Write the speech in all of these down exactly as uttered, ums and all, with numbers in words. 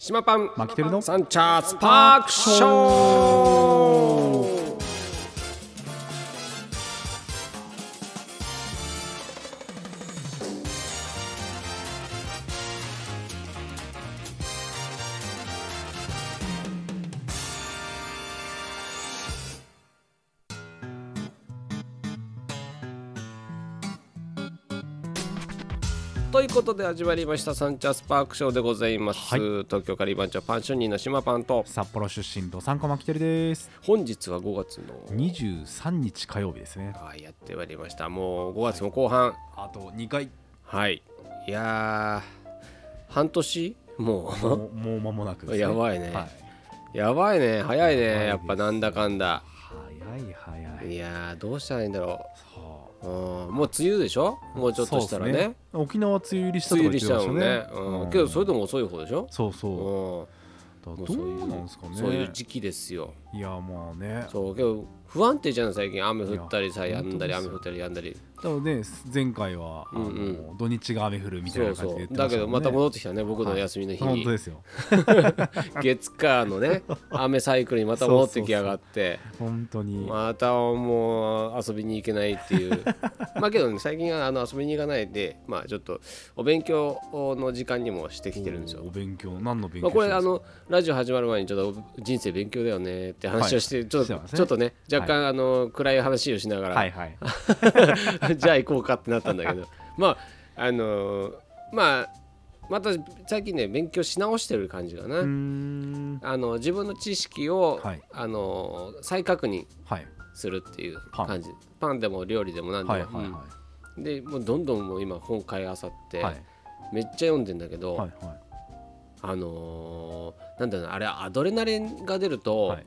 島パンマキテルのサンチャースパークショー。ということで始まりましたサンチャースパークショーでございます、はい、東京カリー番長パンション人の島パンと札幌出身とサンコマキテルです。 本日はごがつのにじゅうさんにち火曜日ですね。 はい、やってまいりました。もうごがつも後半、はい、 あとにかい。 はい、いやー半年もうもう、もう間もなくですね。 やばいね、 はい、 やばいね、早いね、やっぱなんだかんだ早い早い。 いやーどうしたらいいんだろう。 そう、 もう梅雨でしょ、もうちょっとしたら ね, ね沖縄梅雨入りしたとか言ってましたね。 梅雨入りしちゃうもんね、うん、けどそれでも遅い方でしょ。 そうそう、うん、だどうなんですかね。 そういう時期ですよ。 いやまあね、 そうけど不安定じゃん最近。雨降ったりさやんだり、雨降ったりやんだり。 だからね、前回は、うんうん、あの土日が雨降るみたいな感じで言ってましたもんね。そうそうだけどまた戻ってきたね、僕の休みの日に、 はい、本当ですよ月火のね雨サイクルにまた戻ってきやがって。 そうそうそう、本当にまたもう遊びに行けないっていうまあけどね、最近はあの遊びに行かないで、まあちょっとお勉強の時間にもしてきてるんですよ。 お勉強、何の勉強してるんですか。 まあ、これあのラジオ始まる前にちょっと人生勉強だよねって話をして、はい、ちょっと、ね、ちょっとね若干、はい、あの暗い話をしながら、はいはい、じゃあ行こうかってなったんだけどまああのまあまた最近ね勉強し直してる感じかな。うーん、あの自分の知識を、はい、あの再確認するっていう感じ、はい、パンでも料理でも何でも、はいはいはい、うん、でもうどんどんもう今本買いあさって、はい、めっちゃ読んでんだけど、はいはい、あのー、なんだろうな、あれアドレナリンが出ると、はい、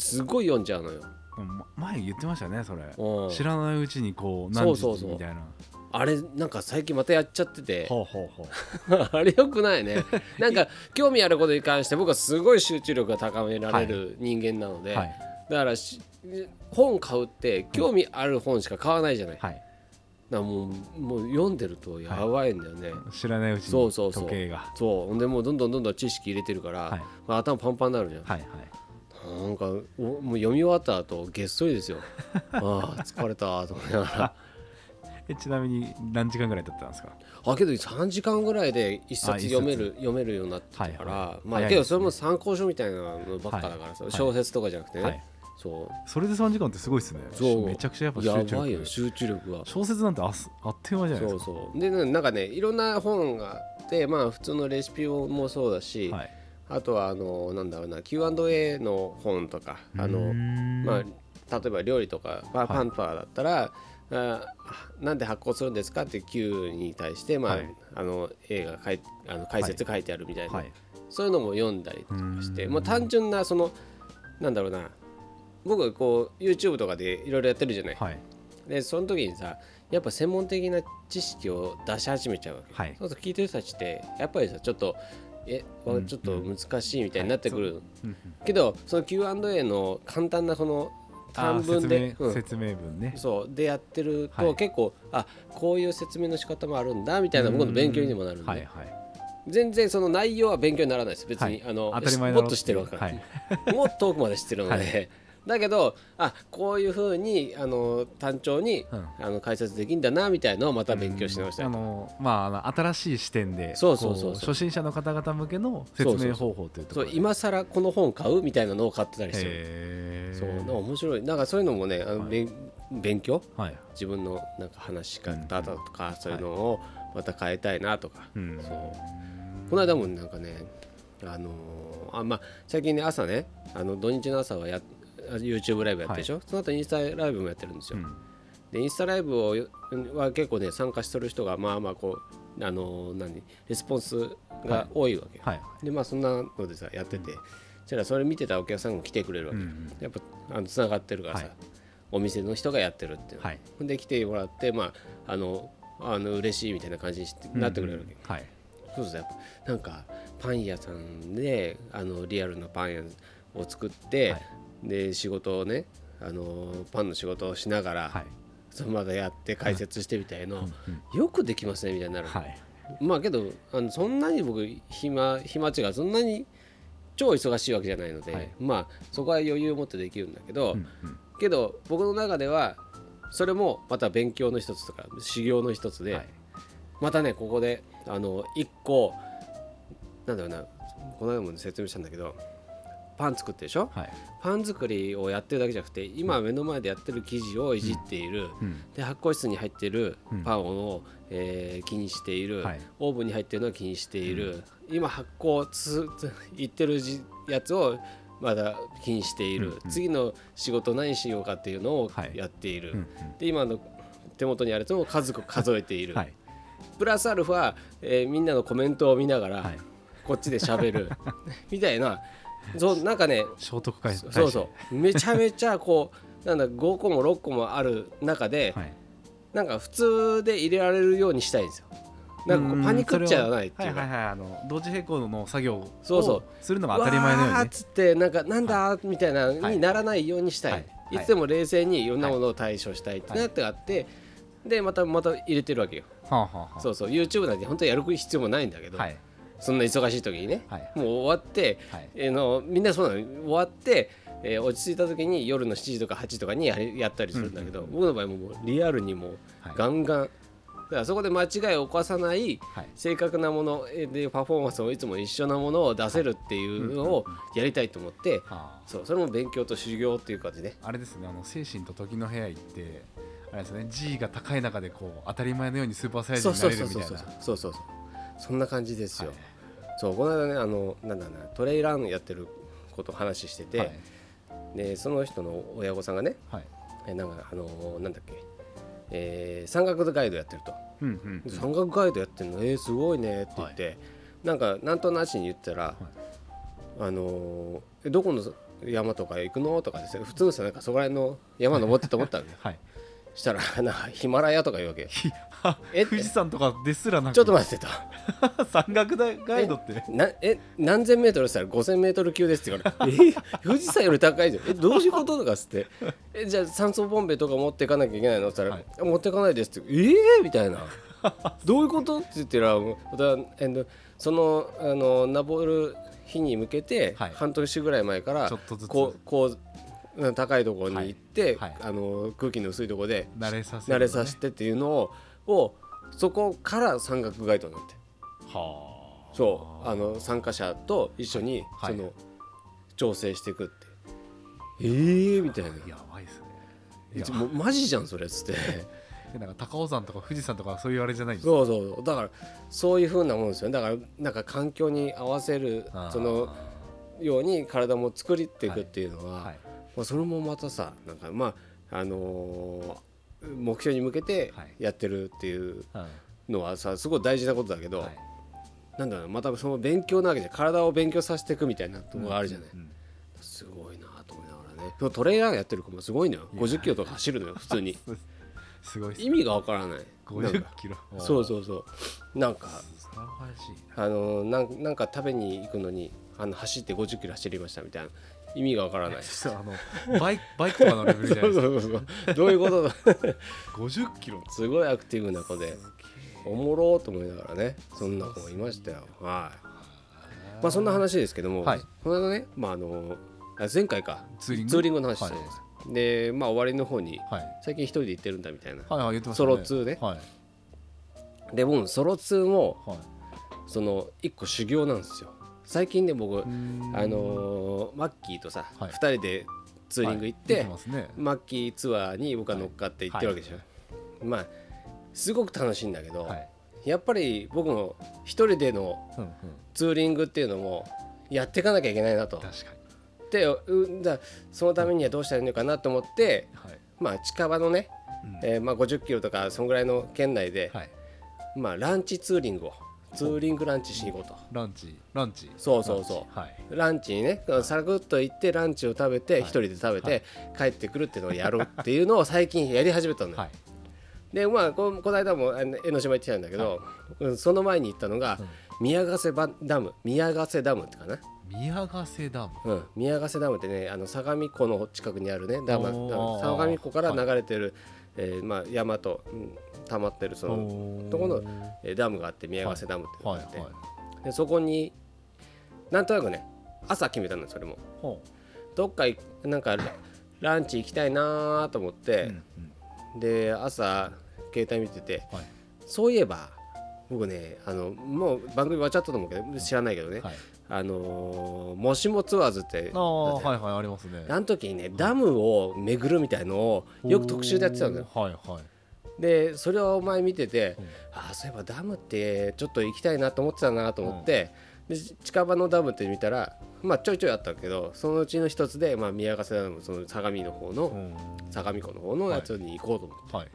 すごい読んじゃうのよ。 前言ってましたねそれ。知らないうちにこう何時みたいな。そうそうそう、 あれなんか最近またやっちゃってて、 ほうほうほうあれよくないねなんか興味あることに関して僕はすごい集中力が高められる人間なので、はいはい、だから本買うって興味ある本しか買わないじゃない、はい、だからもう、もう読んでるとやばいんだよね、はい、 知らないうちに時計が。そうそうそうそう、でもうどんどんどんどん知識入れてるから、はい、まあ、頭パンパンになるじゃん、はいはい、なんかもう読み終わった後げっそりですよああ疲れたと思いながらえちなみに何時間ぐらいだったんですか。 あけどさんじかんぐらいで一冊読める読めるようになってたから、はいはい、まあけどそれも参考書みたいなのばっかだからさ、はい、小説とかじゃなくてね、はい、そうそれでさんじかんってすごいですね。そうめちゃくちゃやっぱ集中力やばいよ、集中力が。 小説なんて あ, あっという間じゃないですか。 そうそうでなんかねいろんな本があって、まあ普通のレシピもそうだし、はい、あとはあのなんだろうな キューアンドエー の本とか、あのまあ例えば料理とかパンとかだったら、はい、あなんで発酵するんですかって Q に対して、まあはい、あの A がかいあの解説書いてあるみたいな、はい、そういうのも読んだりとかして、まあ、単純なそのなんだろうな、僕こう YouTube とかでいろいろやってるじゃない、はい、でその時にさやっぱ専門的な知識を出し始めちゃうわけ、はい、そうすると聞いてる人たちってやっぱりさちょっとえちょっと難しいみたいになってくる、はい、けどその キューアンドエー の簡単なその短文で説明、うん、説明文ね、 そうでやってると、はい、結構あこういう説明の仕方もあるんだみたいな僕の勉強にもなるんで、はいはい、全然その内容は勉強にならないです別に、はい、あの当たり前もっと知ってるわけ、はい、もっと遠くまで知ってるので、はい、だけどあこういう風にあの単調に、うん、あの解説できるんだなみたいなのをまた勉強し直したりとか、あの、 まあ、あの新しい視点でそうそうそうそう初心者の方々向けの説明方法というところで、 そう今更この本買うみたいなのを買ってたりしてる。そうなんか面白い、なんかそういうのもねあの、はい、勉強、はい、自分のなんか話し方とか、うん、そういうのをまた変えたいなとか、はい、そうこの間もなんかねあのーあまあ、最近ね朝ねあの土日の朝はやYouTube ライブやってるでしょ、はい、その後インスタライブもやってるんですよ、うん、でインスタライブをは結構ね参加してる人がまあまあこうあの何レスポンスが多いわけ、はいはい、でまあそんなのでさやってて、うん、そらそれ見てたお客さんも来てくれるわけ、うん、やっぱあのつながってるからさ、はい、お店の人がやってるっていう、はい、で来てもらってまああのあの嬉しいみたいな感じになってくれるわけ、うんはい、そうするとやっぱなんかパン屋さんであのリアルなパン屋を作って、はい、で仕事をねあのパンの仕事をしながら、はい、そのままやって解説してみたいの、はい、よくできますねみたいになる、はい、 まあけどあのそんなに僕暇暇値がそんなに超忙しいわけじゃないので、はい、まあそこは余裕を持ってできるんだけど、うんうん、けど僕の中ではそれもまた勉強の一つとか修行の一つで、はい、またねここであの一個なんだろうな、この間も説明したんだけど、パン作ってるでしょ、はい、パン作りをやってるだけじゃなくて今目の前でやってる生地をいじっている、うん、で発酵室に入っているパンを、うんえー、気にしている、はい、オーブンに入っているのを気にしている、うん、今発酵つついってるやつをまだ気にしている、うんうん、次の仕事何しようかっていうのをやっている、はいうんうん、で今の手元にあるやつを数数えている、はい、プラスアルファ、えー、みんなのコメントを見ながら、はい、こっちで喋るみたいな、そうなんかね聖徳会そうそうめちゃめちゃこうなんだごこもろっこもある中で、はい、なんか普通で入れられるようにしたいんですよ。なんかこうパニックっちゃないっていうか、はいはいはい、 あの同時並行の作業をするのが当たり前のように、ね、 わーっつってなんかなんだ、はい、みたいなにならないようにしたい、はい、いつでも冷静にいろんなものを対処したいってなってあって、はいはい、でまたまた入れてるわけよ、はあはあ、そうそう YouTube なんて本当にやる必要もないんだけど、はい、そんな忙しい時にね、はい、もう終わって、はい、えー、のみんなそうなの終わって、えー、落ち着いた時に夜のしちじとかはちじとかに や, やったりするんだけど、うんうんうん、僕の場合もリアルにもうガンガン、はい、だからそこで間違いを起こさない正確なものでパフォーマンスをいつも一緒なものを出せるっていうのをやりたいと思って、はい、そうそれも勉強と修行っていう感じね。 あれですね、あの精神と時の部屋行ってあれですね、 G が高い中でこう当たり前のようにスーパーサイヤ人になれるみたいな、 そうそうそうそんな感じですよ、はい、そうこの間ねあのなんだなトレイランやってることを話してて、はい、でその人の親御さんがね、はい、えなんかあのなんだっけえー、山岳ガイドやってると、うんうんうん、山岳ガイドやってるのえー、すごいねって言って、はい、なんかなんとなしに言ったら、はい、あのー、どこの山とか行くのとかですね、普通の人なんかそこら辺の山登ってと思ったんで、はい、したらなんかヒマラヤとか言うわけよえ富士山とかですらなく、 ちょっと待ってと山岳ガイドってえなえ何千メートルしたらごせんメートル級ですって言われてえ富士山より高いじゃんえどういうこととかっつってえじゃあ酸素ボンベとか持っていかなきゃいけないのって言ったら、はい、持っていかないですってえーみたいなどういうことって言ったらそのあの登る日に向けて、はい、半年ぐらい前からちょっとずつこうこう高いところに行って、はいはい、あの空気の薄いところで慣れさせ、 ね、慣れさせてっていうのををそこから山岳ガイドになって、はあ、そうあの参加者と一緒にその、はい、調整していくって、えーみたいな、 やばいですね、もうマジじゃんそれっつってなんか高尾山とか富士山とかそういうあれじゃないんですか。そうそうだからそういう風なもんですよね。だからなんか環境に合わせるそのように体も作りっていくっていうのは、はいはい、まあ、それもまたさなんかまああのー目標に向けてやってるっていうのはさすごい大事なことだけど、はい、なんだろうまたその勉強なわけじゃ体を勉強させていくみたいなところがあるじゃない、うんうん、すごいなと思いながらね。トレーラーやってる子もすごいのよ。ごじゅっキロとか走るのよ普通にすごい意味がわからない。 ごじゅっキロそうそうそうなんかあのな ん, なんか食べに行くのにあの走ってごじゅっキロ走りましたみたいな意味がわからないあのバイク、バイクとかのレベルじゃないですかそうそうそうどういうことだごじゅっキロすごいアクティブな子でおもろーと思いながらね、そんな子もいましたよ。はい、まあそんな話ですけども、はい、この間ね、まあ、あの前回かツーリング、ツーリングの話したんです、はい、でまあ終わりの方に、はい、最近一人で行ってるんだみたいな、 はいはい、言ってましたね、 ソロツーで、はい、でもソロツーも、はい、その一個修行なんですよ。最近で僕、あのー、マッキーとさ、はい、ふたりでツーリング行って、はいね、マッキーツアーに僕は乗っかって行ってるわけでしょ、はいはい、まあすごく楽しいんだけど、はい、やっぱり僕も一人でのツーリングっていうのもやっていかなきゃいけないなと。確かにでうだそのためにはどうしたらいいのかなと思って、はい、まあ近場のね、うんえーまあ、ごじゅっキロとかそんぐらいの圏内で、はい、まあランチツーリングをツーリングランチしに行こうと。 ランチランチそうそうそう、はい、ランチにねサクッと行ってランチを食べて一、はい、人で食べて、はい、帰ってくるっていうのをやるっていうのを最近やり始めたのよ、はい、でまあこの間も江ノ島行ってきたんだけど、はい、その前に行ったのが、うん、宮ヶ瀬ダム宮ヶ瀬ダムってかな宮ヶ瀬ダム、 うん、宮ヶ瀬ダムってねあの相模湖の近くにあるねダム相模湖から流れてる、はいえーまあ、山と、うん、 溜まってるそのところのえダムがあって、宮ヶ瀬ダムってのがあって、はいはいはい、でそこになんとなくね朝決めたんだそれもどっかなんかランチ行きたいなと思って、うんうん、で朝携帯見てて、はい、そういえば僕ねあのもう番組終わっちゃったと思うけど知らないけどね、はい、あのー、もしもツアーズってああはいはいありますね。 あの時にねダムを巡るみたいのをよく特集でやってたんだよ。 はいはい、 でそれをお前見てて、うん、ああそういえばダムってちょっと行きたいなと思ってたなと思って、うん、で近場のダムって見たらまあちょいちょいあったけどそのうちの一つで、まあ、宮ヶ瀬ダムその相模の方の、うん、相模湖の方のやつに行こうと思って、はい、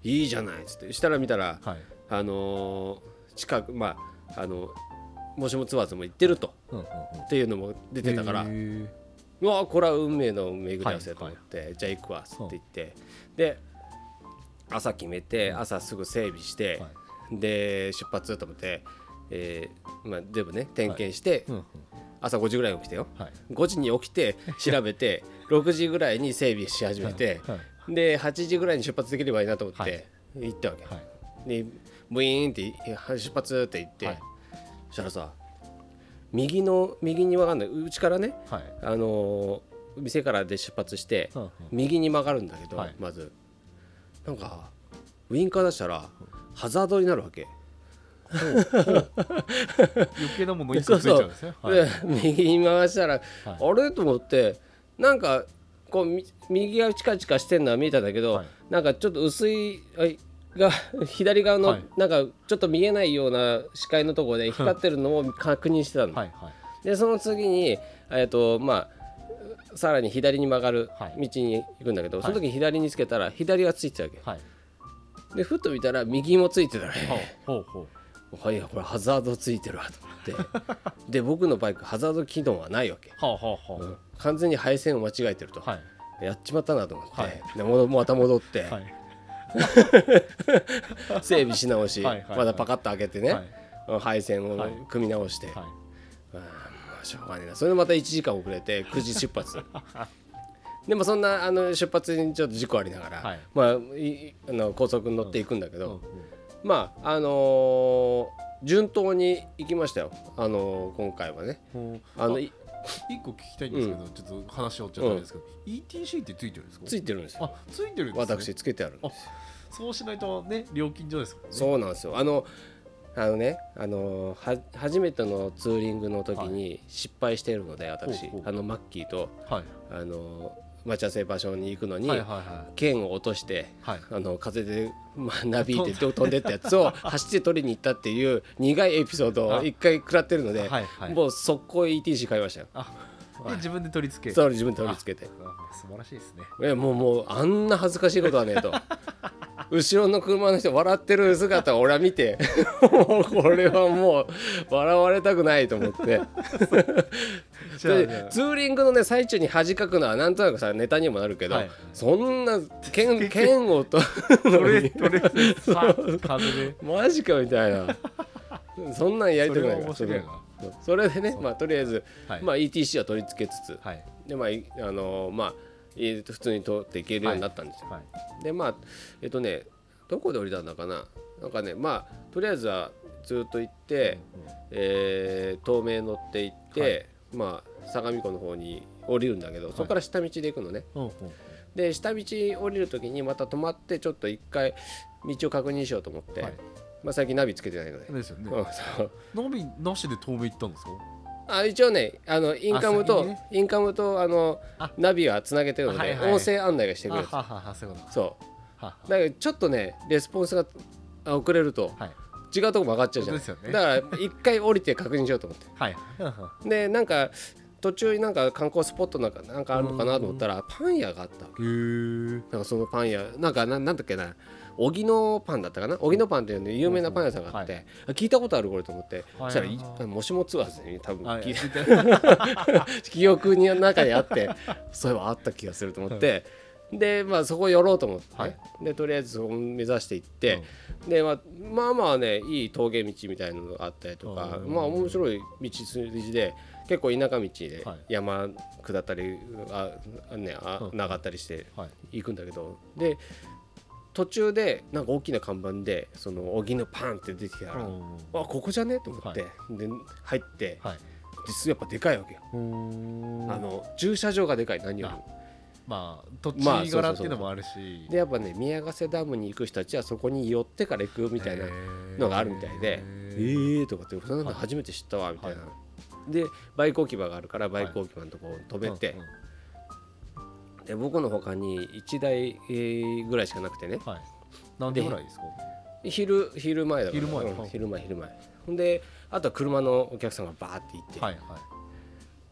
いいじゃないっつってしたら見たら、はい、あのー、近くまああのもしもツアーズも行ってると、うんうんうん、っていうのも出てたから、うわこれは運命の巡り合わせと思って、はいはい、じゃあ行くわっつって言って、で朝決めて朝すぐ整備して、はい、で出発と思って、えーまあ、全部ね点検して、はいうんうん、朝ごじぐらいに起きてよ、はい、ごじに起きて調べてろくじぐらいに整備し始めて、はいはい、ではちじぐらいに出発できればいいなと思って行ったわけ、はい、でブイーンって出発って言って、はい、そしたらさ右の右に曲がるんだようちからね、はい、あのー、店からで出発して、うんうん、右に曲がるんだけど、はい、まずなんかウインカー出したらハザードになるわけ余計なもの一個ついちゃうんですね。 そうそう、はい、右に回したら、はい、あれと思ってなんかこう右がチカチカしてるのは見えたんだけど、はい、なんかちょっと薄いが左側のなんかちょっと見えないような視界のところで光ってるのを確認してたの、はいはい、でその次に、えーとまあ、さらに左に曲がる道に行くんだけど、はい、その時に左につけたら左がついてたわけ、はい、でふっと見たら右もついてたね、ほうほうはい、これハザードついてるわと思ってで僕のバイクハザード機能はないわけ、はあはあうん、完全に配線を間違えてると、はい、やっちまったなと思って、はい、でもまた戻って、はい整備し直し、はいはいはい、まだパカッと開けてね、はい、配線を組み直して、はいはい、あしょうがねえなそれでまたいちじかん遅れてくじ出発でもそんなあの出発にちょっと事故ありながら、はいまあ、いあの高速に乗っていくんだけど、うんうんうん、まああのー、順当に行きましたよ、あのー、今回はね、うん、あのい一個聞きたいんですけど、うん、ちょっと話をおっちゃったんですけど、うん、イーティーシー ってついてるんですか？ ついてるんですよ。 あ、ついてるんですね。 私つけてあるんです。 そうしないとね料金所ですからね。 そうなんですよ。あのあのねあのは初めてのツーリングの時に失敗しているので、はい、私あのマッキーと、はい、あの待ち合わせ場所に行くのに、はいはいはい、剣を落として、はい、あの風で、まあ、なびいて飛んでったやつを走って取りに行ったっていう苦いエピソードを一回食らってるので、はいはい、もう速攻 イーティーシー 買いましたよ。 で自分で取り付けそう自分で取り付けて素晴らしいですね。 えもうもうあんな恥ずかしいことはねえと後ろの車の人笑ってる姿を俺は見てもうこれはもう笑われたくないと思ってツーリングの、ね、最中に恥かくのはなんとなくさネタにもなるけど、はい、そんな剣剣をと取れ取れ風でマジかみたいなそんなんやりたくないからそれそれでね、まあ、とりあえず、はいまあ、イーティーシー は取り付けつつ、はいでまああのーまあ、普通に通っていけるようになったんですよ、はいはい、でまあえっとねどこで降りたんだかななんかねまあとりあえずはずっと行って、うんうんえー、東名乗って行って、はいまあ、相模湖の方に降りるんだけど、はい、そこから下道で行くのね、うんうん、で下道降りる時にまた止まってちょっと一回道を確認しようと思って、はいまあ、最近ナビつけてないのでですよね、うん、そうナビなしで東名行ったんですか？ あ一応ねあのインカムと、ね、インカムとあのナビはつなげてるので、はいはい、音声案内がしてくれる。 はははそういうことそうはだからちょっとねレスポンスが遅れると、はい、違うとこ曲がっちゃうじゃん、ね、だから一回降りて確認しようと思ってはいでなんか途中になんか観光スポットなんかなんかあるのかなと思ったらパン屋があったわけ。へなんかそのパン屋なんか な, なんだっけな荻野パンだったかな荻野パンっていうの有名なパン屋さんがあって、はい、聞いたことあるこれと思って、はい、そしたらもしもツアーズで多分聞いて、はい、記憶の中にあってそういえばあった気がすると思って、はい、でまあそこ寄ろうと思って、ねはい、でとりあえずそこ目指していって、うん、で、まあ、まあまあねいい峠道みたいなのがあったりとか、まあ面白い道筋で結構田舎道で山下ったりあ、ね、あ曲がったりして行くんだけど、で途中でなんか大きな看板でその荻野パンって出てきたら、あここじゃねと思って、はい、で入って、はい、実やっぱでかいわけよ。あの駐車場がでかい、何よりも。 まあ土地柄っていうのもあるし、まあ、そうそうそうでやっぱね宮ヶ瀬ダムに行く人たちはそこに寄ってから行くみたいなのがあるみたいで、えーとかってそんなの初めて知ったわみたいな、はい、でバイク置き場があるからバイク置き場のところに止めて、はい、うんうん、で僕の他にいちだいぐらいしかなくてね、はい、 何時ぐらいですか？ 昼昼前だから、 昼前、 うん、昼前昼前ほんであとは車のお客さんがバーって行って、はいはい、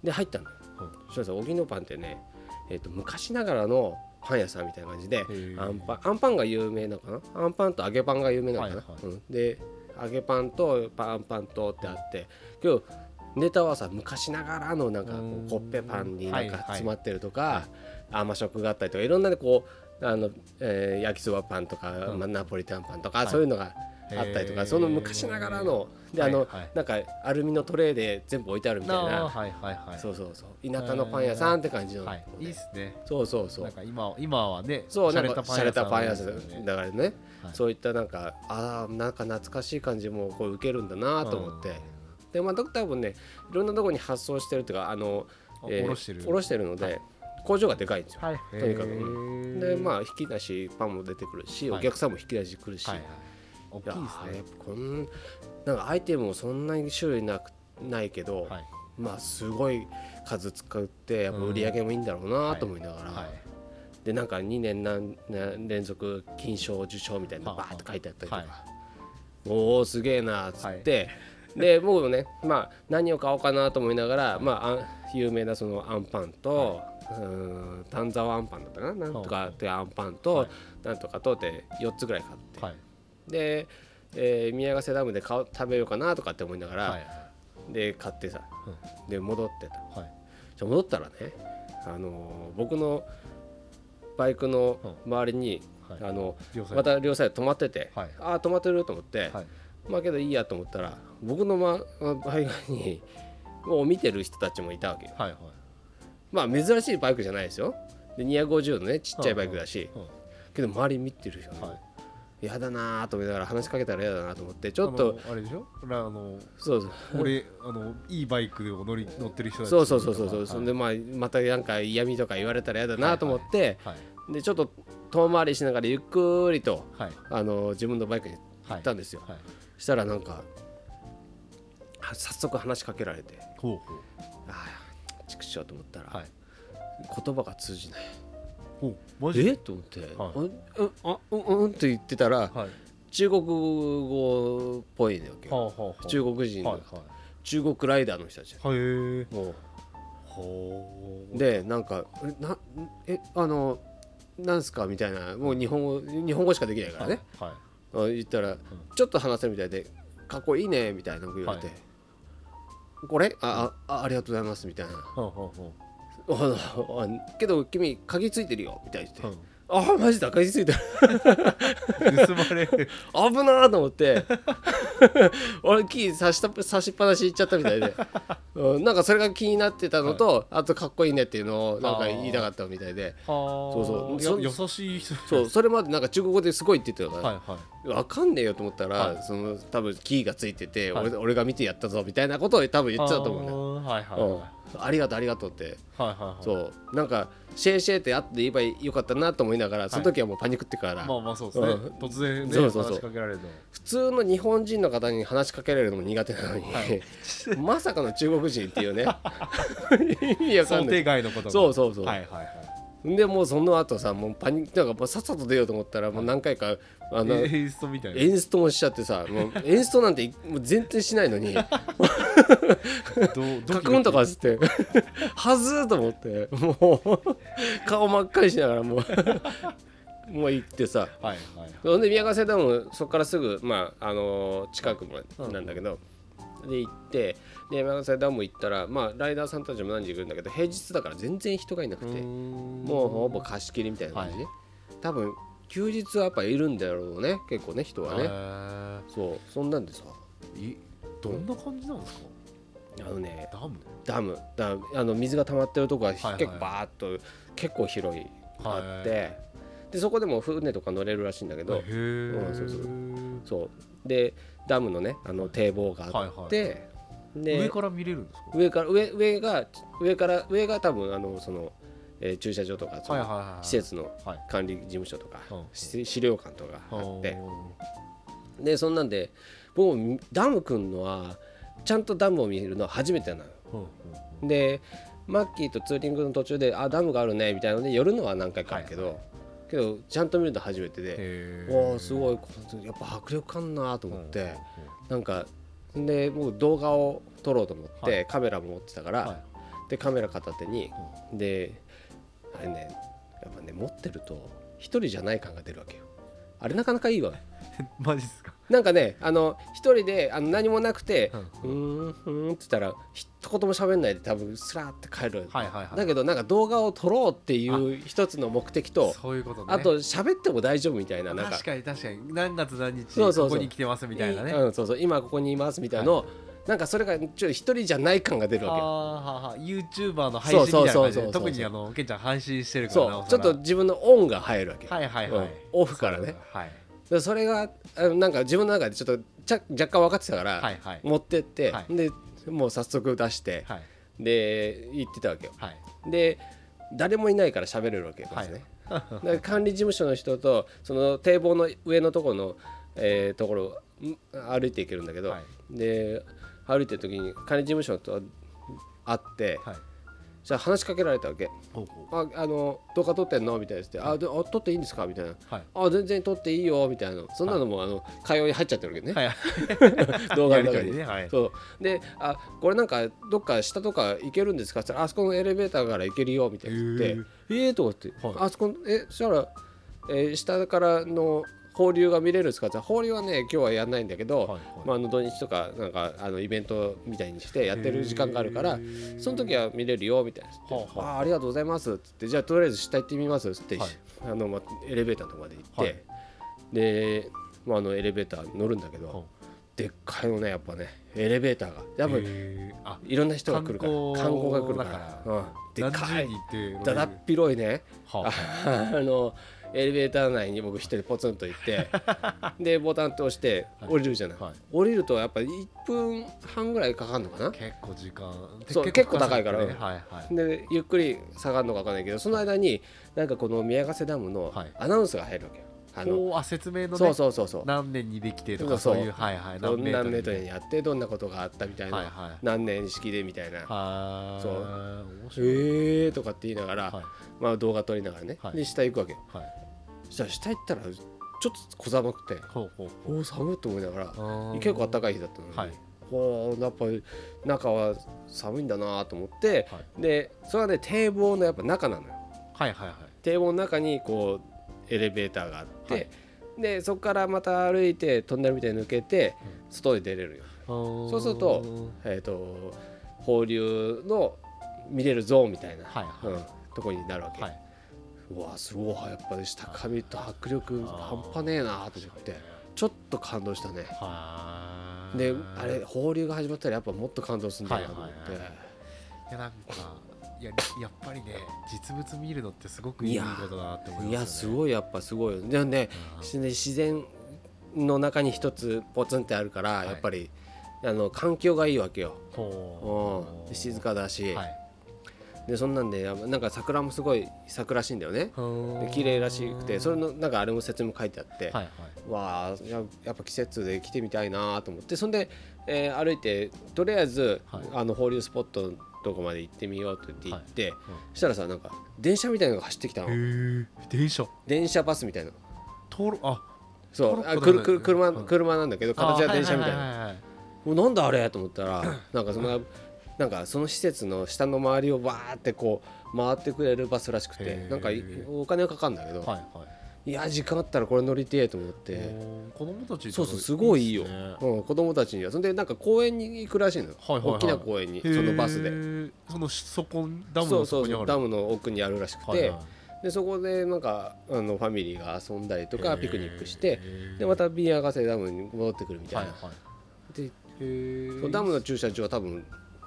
で入ったんだよ、うん、そしたら荻野パンってね、えー、と昔ながらのパン屋さんみたいな感じで、あんパン、あんパンが有名なのかな、あんパンと揚げパンが有名なのかな、はいはい、うん、で揚げパンとパンパンとってあって、今日ネタはさ昔ながらのなんかこうコッペパンになんか詰まってるとか、はいはい、甘食があったりとかいろんなこうあの、えー、焼きそばパンとか、うんまあ、ナポリタンパンとか、はい、そういうのがあったりとか、その昔ながらので、あの、はいはい、なんかアルミのトレーで全部置いてあるみたいな、はいはいはい、そうそうそう、田舎のパン屋さんって感じの、 はい、いいっすね。 そうそうそう、 なんか 今, 今はね、 そうなんかシャレたパン屋さんだからね、はい、そういったなんかあなんか懐かしい感じもこう受けるんだなと思って、でまあ多分ねいろんなところに発送してるっていうか、あの、えー、おろしてるおろしてるので、はい、工場がでかいんですよ、はい、とにかく。でまあ引き出しパンも出てくるし、はい、お客さんも引き出し来るし、はいはい、大きいですね。こんなんかアイテムもそんなに種類なくないけど、はい、まあすごい数使ってやっぱ売り上げもいいんだろうなと思いながら、はいはい、でなんかにねん何連続金賞受賞みたいなのバーッと書いてあったりとか、はい、おおすげえなっつって、はい、で僕もねまあ何を買おうかなと思いながら、はい、まあ有名なそのアンパンと、はい、うん丹沢アンパンだったかな、なんとかってアンパンと、はい、なんとかとってよっつぐらい買って、はい、で、えー、宮ヶ瀬ダムで買食べようかなとかって思いながら、はい、で買ってさ、うん、で戻ってた、はい、じゃ戻ったらね、あのー、僕のバイクの周りに、うん、あのまた両サイド止まってて、はい、ああ止まってると思って、はい、まあけどいいやと思ったら僕の、ま、バイクにもう見てる人たちもいたわけよ、はいはい、まあ珍しいバイクじゃないですよ、でにひゃくごじゅうのねちっちゃいバイクだし、はいはい、けど周り見てる人、はい、やだなと思いながら話しかけたらやだなと思ってちょっとあ, あれでしょあのそうそう俺あのいいバイクを乗り乗ってる人たちそうそうそうそうそう、はい、そんでまあまたなんか嫌味とか言われたらやだなと思って、はいはいはい、でちょっと遠回りしながらゆっくりと、はい、あの自分のバイクに行ったんですよ、はいはい、したらなんか早速話しかけられて、ほうほう、ああチクショーと思ったら、はい、言葉が通じない、おマジえと思って、はい、うあうんうんって言ってたら、はい、中国語っぽいわけよ、はあはあ、中国人の、はいはい、中国ライダーの人たち、へえもうでなんかえなえあのなんすかみたいな、もう日本語日本語しかできないからね、はいはい、言ったら、うん、ちょっと話せるみたいでかっこいいねみたいなこと言われて、はい、これ あ, あ, ありがとうございますみたいな、はあはあ、けど君鍵ついてるよみたいに言って、うん、あマジだ鍵ついてる盗まれる危なーと思って俺キー差した差しっぱなし行っちゃったみたいで、うん、なんかそれが気になってたのと、はい、あとかっこいいねっていうのをなんか言いたかったみたいで、そうそうそ優しい人そうそれまでなんか中国語ですごいって言ってたから、はいはい、分かんねえよと思ったら、はい、その多分キーがついてて、はい、俺, 俺が見てやったぞみたいなことを多分言ってたと思うんだよ、はいはいはい、うんありがとうありがとうって、はいはいはい、そうなんかシェイシェイってあって言えばよかったなと思いながら、その時はもうパニックってから、はい、 まあまあそうですね、うん、突然ねそうそうそう話しかけられるの普通の日本人の方に話しかけられるのも苦手なのに、はい、まさかの中国人っていうね意味わかんない想定外のことがそうそうそう、 はいはいはいでもうその後さもうパニックなんかもうさっさと出ようと思ったらもう何回かあのエンストみたいなエンストもしちゃってさもうエンストなんてもう全然しないのにカクンとかしてはずーと思ってもう顔真っ赤にしながらもうもう行ってさ、はいはい、そんで宮ヶ瀬ダムそこからすぐ、まああのー、近くなんだけど、うん、で行ってで宮ヶ瀬ダム行ったら、まあ、ライダーさんたちも何時来るんだけど平日だから全然人がいなくてもうほぼ貸し切りみたいな感じで、はい、多分休日はやっぱいるんだろうね結構ね人はね、そうそんなんでさいどんな感じなんですか、 あのねダムダムだあの水が溜まってるとこが結構バーっと、はいはい、結構広いあって、 でそこでも船とか乗れるらしいんだけど、うん、そうそうそうでダムのねあの堤防があって、はいはい、で上から見れるんですか？ 上から上上が上から上が多分あのその、えー、駐車場とかその施設の管理事務所とか、はい、資料館とかあってでそんなんで僕もダム来んのはちゃんとダムを見るのは初めてなの、うん、でマッキーとツーリングの途中であダムがあるねみたいなので寄るのは何回かあるけど、はいはい、けどちゃんと見ると初めてでおーすごいやっぱ迫力あんなと思って、うん、なんかで僕動画を撮ろうと思って、はい、カメラも持ってたから、はい、でカメラ片手に、うん、であれねやっぱね持ってると一人じゃない感が出るわけよ。あれなかなかいいわマジっすか？ なんかねあの一人であの何もなくてうーんうーんって言ったら一言も喋んないで多分スラーって帰る、はいはいはい、だけどなんか動画を撮ろうっていう一つの目的とそういうこと、ね、 あと喋っても大丈夫みたいな、なんか確かに確かに何月何日ここに来てますみたいなね、 うん、そうそう今ここにいますみたいなのを、はい、なんかそれがちょっと一人じゃない感が出るわけよ。 あー YouTuber の配信みたいな感じで特にあのケンちゃん配信してるからそうちょっと自分のオンが入るわけ、 はいはいはい、うん、 オフからね、 はい、 でそれがなんか自分の中でちょっとちゃ若干分かってたから、はいはい、持ってって、はい、でもう早速出して、はい、で言ってたわけよ、はい、で誰もいないから喋れるわけですね、はい、で管理事務所の人とその堤防の上のところの、えー、ところを歩いていけるんだけど、はい、で歩いてる時に管理事務所と会って、はい、じゃあ話しかけられたわけ。ほうほうああの動画撮ってんのみたいなって、はい、あであ撮っていいんですかみたいな、はい、あ全然撮っていいよみたいな、そんなのも、はい、あの会話に入っちゃってるわけね、はい、動画の中に、ねはい、そうであこれなんかどっか下とか行けるんですかって言ったらあそこのエレベーターから行けるよみたいな言ってえーとかって、はい、あそこえそしたら、えー、下からの放流が見れるんですかって言ったら放流はね今日はやんないんだけど、はいはいまあ、あの土日とかなんかあのイベントみたいにしてやってる時間があるからその時は見れるよみたいなってはあ、はあ、ありがとうございますってってじゃあとりあえず下行ってみますって、はい、あのまあ、エレベーターのとこまで行って、はい、で、まあ、あのエレベーター乗るんだけど、はあ、でっかいのねやっぱねエレベーターがやっぱいろんな人が来るから観光が来るから、うん、でっかいだだっ広いね、はあ、あのエレベーター内に僕一人ポツンと行ってでボタンと押して降りるじゃない、はいはい、降りるとやっぱりいっぷんはんぐらいかかるのかな。 結構時間そう結構高いから、ねはいはい、でゆっくり下がるのか分かんないけどその間になんかこの宮ヶ瀬ダムのアナウンスが入るわけよ、 はい、あのあ説明のねそうそうそうそう何年にできてとかそういうはいはい何メートルにやってどんなことがあったみたいな、はいはい、何年式でみたいなそう面白いえーとかって言いながら、はいまあ、動画撮りながらね、はい、で下行くわけよ、はいそしたら下行ったらちょっと小寒くてほうほうほうお寒いと思いながら結構暖かい日だったのに、はい、ほうやっぱり中は寒いんだなと思って、はい、でそれはね堤防のやっぱ中なのよ、はいはいはい、堤防の中にこうエレベーターがあって、はい、でそこからまた歩いてトンネルみたいに抜けて外に出れるよ、うん、そうすると、えーと放流の見れるゾーンみたいな、はいはいうん、とこになるわけ、はいうわすごいやっぱり下から見ると迫力半端ねえなと思ってちょっと感動したね。であれ放流が始まったらやっぱもっと感動するんだなと思って、はいはいはい、いやなんかいややっぱりね実物見るのってすごくいいことだなって思いますよね。 いやすごいやっぱすごいでね自然の中に一つポツンってあるから、はい、やっぱりあの環境がいいわけよ、うん、静かだし、はいでそんなんでなんか桜もすごい咲くらしいんだよね。で綺麗らしくてそれのなんかあれも説明書いてあって、はいはい、わあ や, やっぱ季節で来てみたいなと思ってそんで、えー、歩いてとりあえず、はい、あの放流スポットのとこまで行ってみようって言って、はいうん、そしたらさなんか電車みたいなのが走ってきたの。 へ電車電車バスみたいなとあそうあくるくる 車, 車なんだけど形は電車みたいな、はいはいはいはい、もうなんだあれと思ったらなんかそのなんかその施設の下の周りをバーってこう回ってくれるバスらしくてなんかお金はかかるんだけど、はいはい、いや時間あったらこれ乗りてえと思って子供たちそうそうすごいいいよ、うん、子供たちにはそんでなんか公園に行くらしいの、はいはいはい、大きな公園にそのバスでその底ダムの底にあるそうそうそうダムの奥にあるらしくて、はいはい、でそこでなんかあのファミリーが遊んだりとかピクニックしてでまた宮ヶ瀬ダムに戻ってくるみたいな、はいはい、でダムの駐車場は多分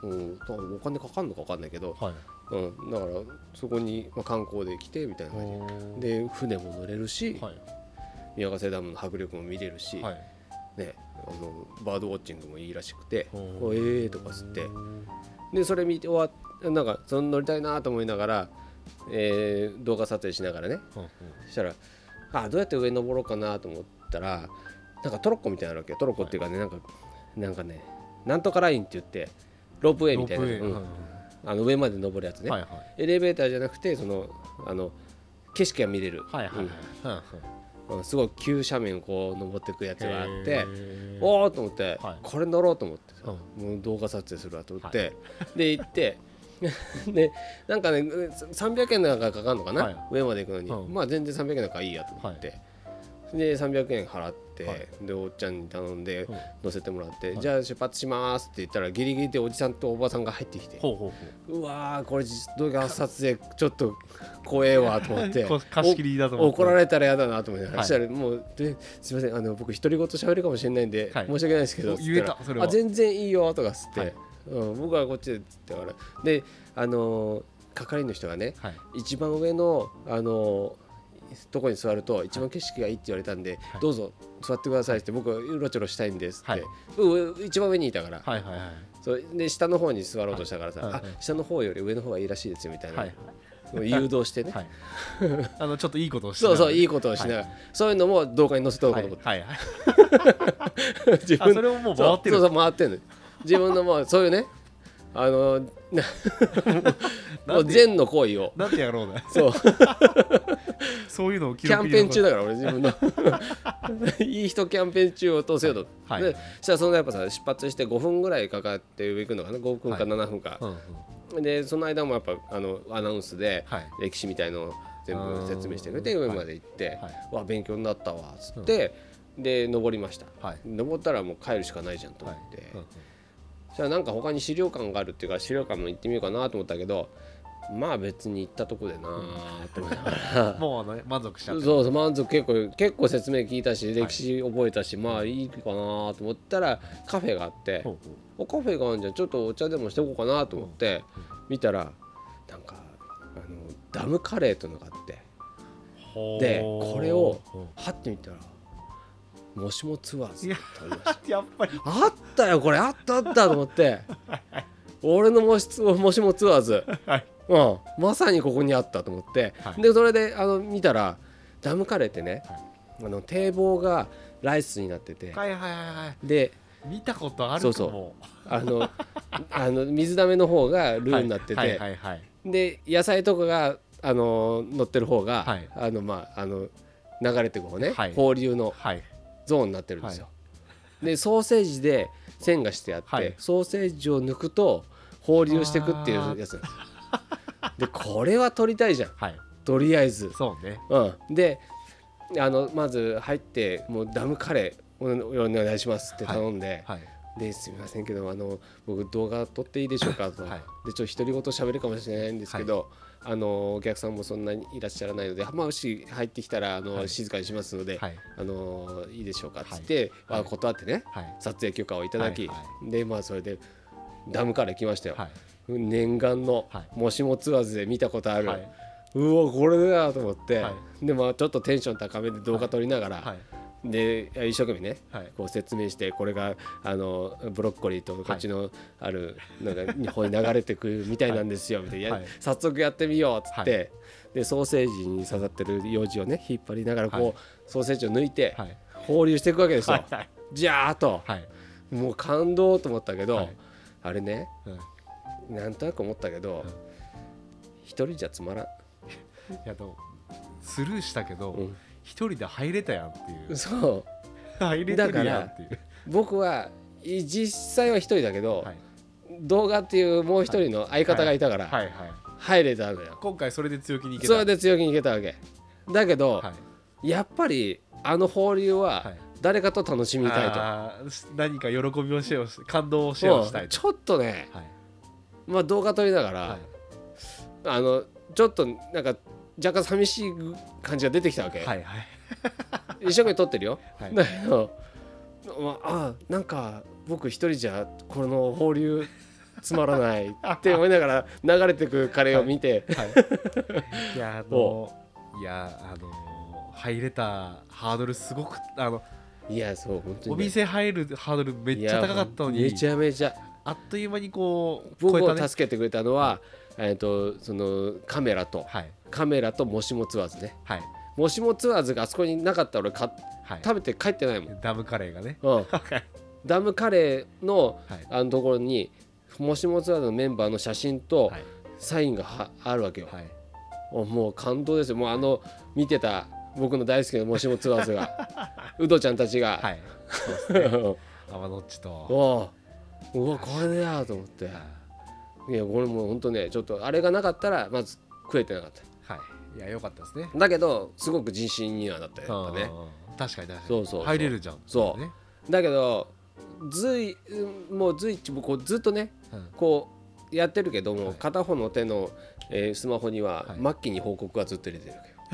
うん、お金かかんのか分かんないけど、 はいうん、だからそこに、まあ、観光で来てみたいな感じで船も乗れるし、はい、宮ヶ瀬ダムの迫力も見れるし、はいね、あのバードウォッチングもいいらしくて、こうえーとか吸ってでそれ見て終わっなんかその乗りたいなと思いながら、えー、動画撮影しながらね、うんうん、そしたらあどうやって上登ろうかなと思ったらなんかトロッコみたいなのあるわけよ。トロッコっていうかね、はい、なんかなんかねなんとかラインって言ってロープウェイみたいな、うん、あの上まで登るやつね、はいはい、エレベーターじゃなくてそのあの景色が見れる、はいはいはいうん、すごい急斜面をこう登っていくやつがあっておーと思って、はい、これ乗ろうと思ってさ、うん、もう動画撮影するわと思って、はい、で行ってでなんかねさんびゃくえんなんかかかるのかな、はい、上まで行くのに、うん、まあ全然さんびゃくえんなんかいいやと思って、はい、でさんびゃくえん払って、はい、でおっちゃんに頼んで乗せてもらって、うん、じゃあ出発しますって言ったらギリギリでおじさんとおばさんが入ってきて、ほうほうほううわーこれ動画撮影ちょっと怖えわと思って貸し切りだと思って怒られたらやだなと思って、はい、そしたらもうですいませんあの僕独り言喋るかもしれないんで、はい、申し訳ないですけど言えたそれはあ全然いいよとかつって、はいうん、僕はこっちでっつってからであのー、係員の人がね、はい、一番上のあのー、とこに座ると一番景色がいいって言われたんで、はい、どうぞ座ってくださいって僕はうろちょろしたいんですって、はい、一番上にいたから、はいはいはい、そうで下の方に座ろうとしたからさ、はいはいはい、あ下の方より上の方がいいらしいですよみたいな、はいはい、誘導してね、はい、 あのちょっといいことをしながら、 そうそういいことをしながら、はい、そういうのも動画に載せておこうと思って、はいはいはい、自分あそれももう回ってるそうそう回ってるの自分のもうそういうねあのもう善の行為をなんてやろうねそうそういうのをキャンペーン中だから俺自分のいい人キャンペーン中を通せよと、はいはい、でそしたらそのやっぱさ出発してごふんぐらいかかって上行くのかなごふんかななふんか、はいうんうん、でその間もやっぱあのアナウンスで歴史みたいのを全部説明してくれて上まで行って、はいはい、わ勉強になったわっつって、うん、で登りました、はい、登ったらもう帰るしかないじゃんと思って、はいうんうんじゃあなんか他に資料館があるっていうか資料館も行ってみようかなと思ったけどまあ別に行ったとこでなと思いながらもうあの満足しちゃったそうそう満足結構結構説明聞いたし歴史覚えたし、はい、まあいいかなと思ったらカフェがあって、はい、おカフェがあるんじゃんちょっとお茶でもしておこうかなと思って見たらなんかあのダムカレーというのがあってでこれをはってみたらもしもツアーズってありましたやっぱりあったよこれあったあったと思って俺のもしもしもツアーズ、はいうん、まさにここにあったと思って、はい、でそれであの見たらダムカレーってね、はい、あの堤防がライスになってて、 はいはいはいはい、 で見たことあるかもそうそうあのあの水溜めの方がルーになってて、はいはいはいはい、で野菜とかがあの乗ってる方が、はい、あのまああの流れてく方ね、はい、放流の、はいゾーンになってるんですよ、はい、でソーセージで線がしてあって、はい、ソーセージを抜くと放流していくっていうやつでこれは撮りたいじゃん、はい、とりあえずそうね、 うん、であのまず入ってもうダムカレーお願いしますって頼んで、はいはい、ですみませんけどあの僕動画撮っていいでしょうかと、はい、でちょっと独り言喋るかもしれないんですけど、はいあのお客さんもそんなにいらっしゃらないので、まあ、もし入ってきたらあの、はい、静かにしますので、はい、あのいいでしょうかっつって、はい、断ってね、はい、撮影許可をいただき、はいはい、でまあそれでダムから来ましたよ、はい、念願のもしもツアーズで見たことある、はい、うわこれだと思って、はい、でまあちょっとテンション高めで動画撮りながら、はいはいで一生懸命ね、はい、こう説明してこれがあのブロッコリーとこっちのあるなんか日本に流れてくるみたいなんですよみたいな、はい、早速やってみようっつって、はい、でソーセージに刺さってるようじをね引っ張りながらこう、はい、ソーセージを抜いて、はい、放流していくわけですよ、はいはい、ジャーッと、はい、もう感動と思ったけど、はい、あれね、はい、なんとなく思ったけど、はい、一人じゃつまらんいやでもスルーしたけど、うん一人で入れたやんっていうそう入れてるやんっていうだから僕は実際は一人だけど、はい、動画っていうもう一人の相方がいたから入れたのよ。 今回それで強気にいけたそれで強気にいけたわけだけど、はい、やっぱりあの放流は誰かと楽しみたいと、 はい、何か喜びをシェアして感動をシェアしたいとちょっとね、はいまあ、動画撮りながら、はい、あのちょっとなんか若干寂しい感じが出てきたわけ、はいはい、一生懸命撮ってるよ、はい、だけど、まあ、あなんか僕一人じゃこの放流つまらないって思いながら流れてくカレーを見て、 はいはい、いやあのいやあの入れたハードルすごくあのいやそう本当に、ね、 お店入るハードルめっちゃ高かったのにめちゃめちゃあっという間にこう僕を助けてくれたのは、えー、とそのカメラと、はい、カメラともしもツアーズね、はい、もしもツアーズがあそこになかったら俺か、はい、食べて帰ってないもん。 ダムカレーがね、 うん、ダムカレー の,、はい、あのところにもしもツアーズのメンバーの写真とサインがはあるわけよ、はい、もう感動ですよ。もうあの見てた僕の大好きなもしもツアーズがウドちゃんたちが、はい、そうですね天野っちとおうわこれだよと思って、いやこれもう本当ねちょっとあれがなかったらまず食えてなかった。 はい、いや良かったですね。 だけどすごく自信にはなったよやっぱね。 確かに確かにそうそうそう入れるじゃん。 そう、ね、だけど随もう随一もこうずっとね、うん、こうやってるけども、はい、片方の手の、えー、スマホには、はい、末期に報告がずっと入れてるわけよ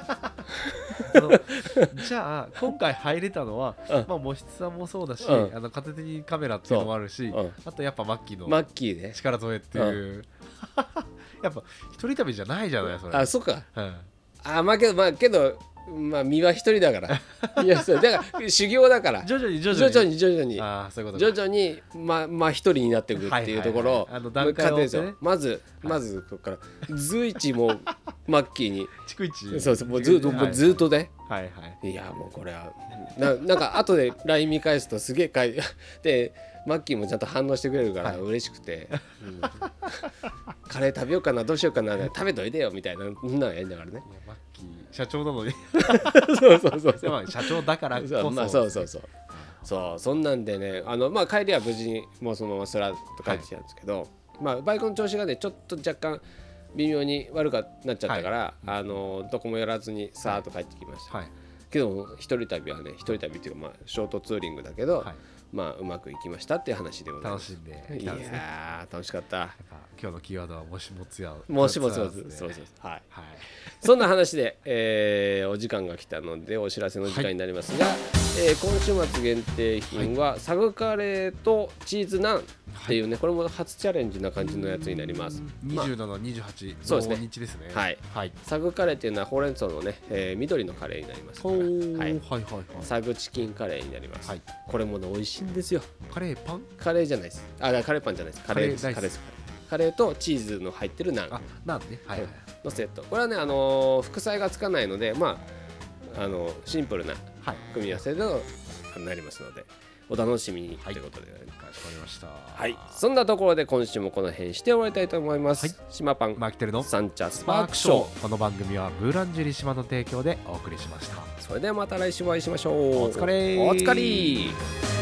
じゃあ今回入れたのは、うんまあ、もしつさんもそうだし、うん、あの片手にカメラっていうのもあるし、うん、あとやっぱマッキーのマッキーね力添えっていう、うん、やっぱ一人旅じゃないじゃないそれ。 あそうか、うん、あまあけどまあけどまあ身は一人だからいやそうだから修行だから徐々に徐々に徐々に徐々にあそういうこと徐々にままあ一人になっていくっていうところを段階を、ね、 まずまずここから随一もうマッキーに逐一そうそうもうずっと、はい、ずっとねはいはい、 いやもうこれは な, なんか後で ライン 見返すとすげえかいでマッキーもちゃんと反応してくれるから嬉しくて、はいうん、カレー食べようかなどうしようかな食べといてよみたいなそんなのやりながらね。 マッキー社長なのにそうそうそうそう、 社長だからこそ、 まあ、そうそうそうそうそんなんでねあの、まあ、帰りは無事にもうそのままスラッと帰ってきたんですけど、はいまあ、バイクの調子がねちょっと若干微妙に悪くなっちゃったから、はい、あのどこもやらずにさーっと帰ってきました、はい、けど一人旅はね一人旅っていうか、まあ、ショートツーリングだけど、はいまあ、うまくいきましたっていう話でございます。 楽しんできたんですね。 いや楽しかった。 今日のキーワードはもしもツアーもしもツアーズそうそうはい、はい、そんな話で、えー、お時間が来たのでお知らせの時間になりますが、はいえー、今週末限定品は、はい、サグカレーとチーズナンっていうね、はい、これも初チャレンジな感じのやつになります。 にじゅうなな、にじゅうはちそうですね日ですね。 はい、はい、サグカレーっていうのはほうれん草のね、えー、緑のカレーになりますから、はいはいはいはい、サグチキンカレーになります、はい、これもね美味しいんですよ。 カレーパンカレーじゃないですあカレーパンじゃないですカレーですカレーですカレーとチーズの入ってるナンあナンねはい、はい、 のセット。これはねあのー、副菜がつかないのでまああのシンプルな組み合わせでなりますのでお楽しみにということで、ね、 はい、かしこまりました。 はい、そんなところで今週もこの辺して終わりたいと思います。はい、島パンマキテルのサンチャスパークショー。 この番組はブーランジェリ島の提供でお送りしました。 それではまた来週お会いしましょう。 お疲れお疲れ。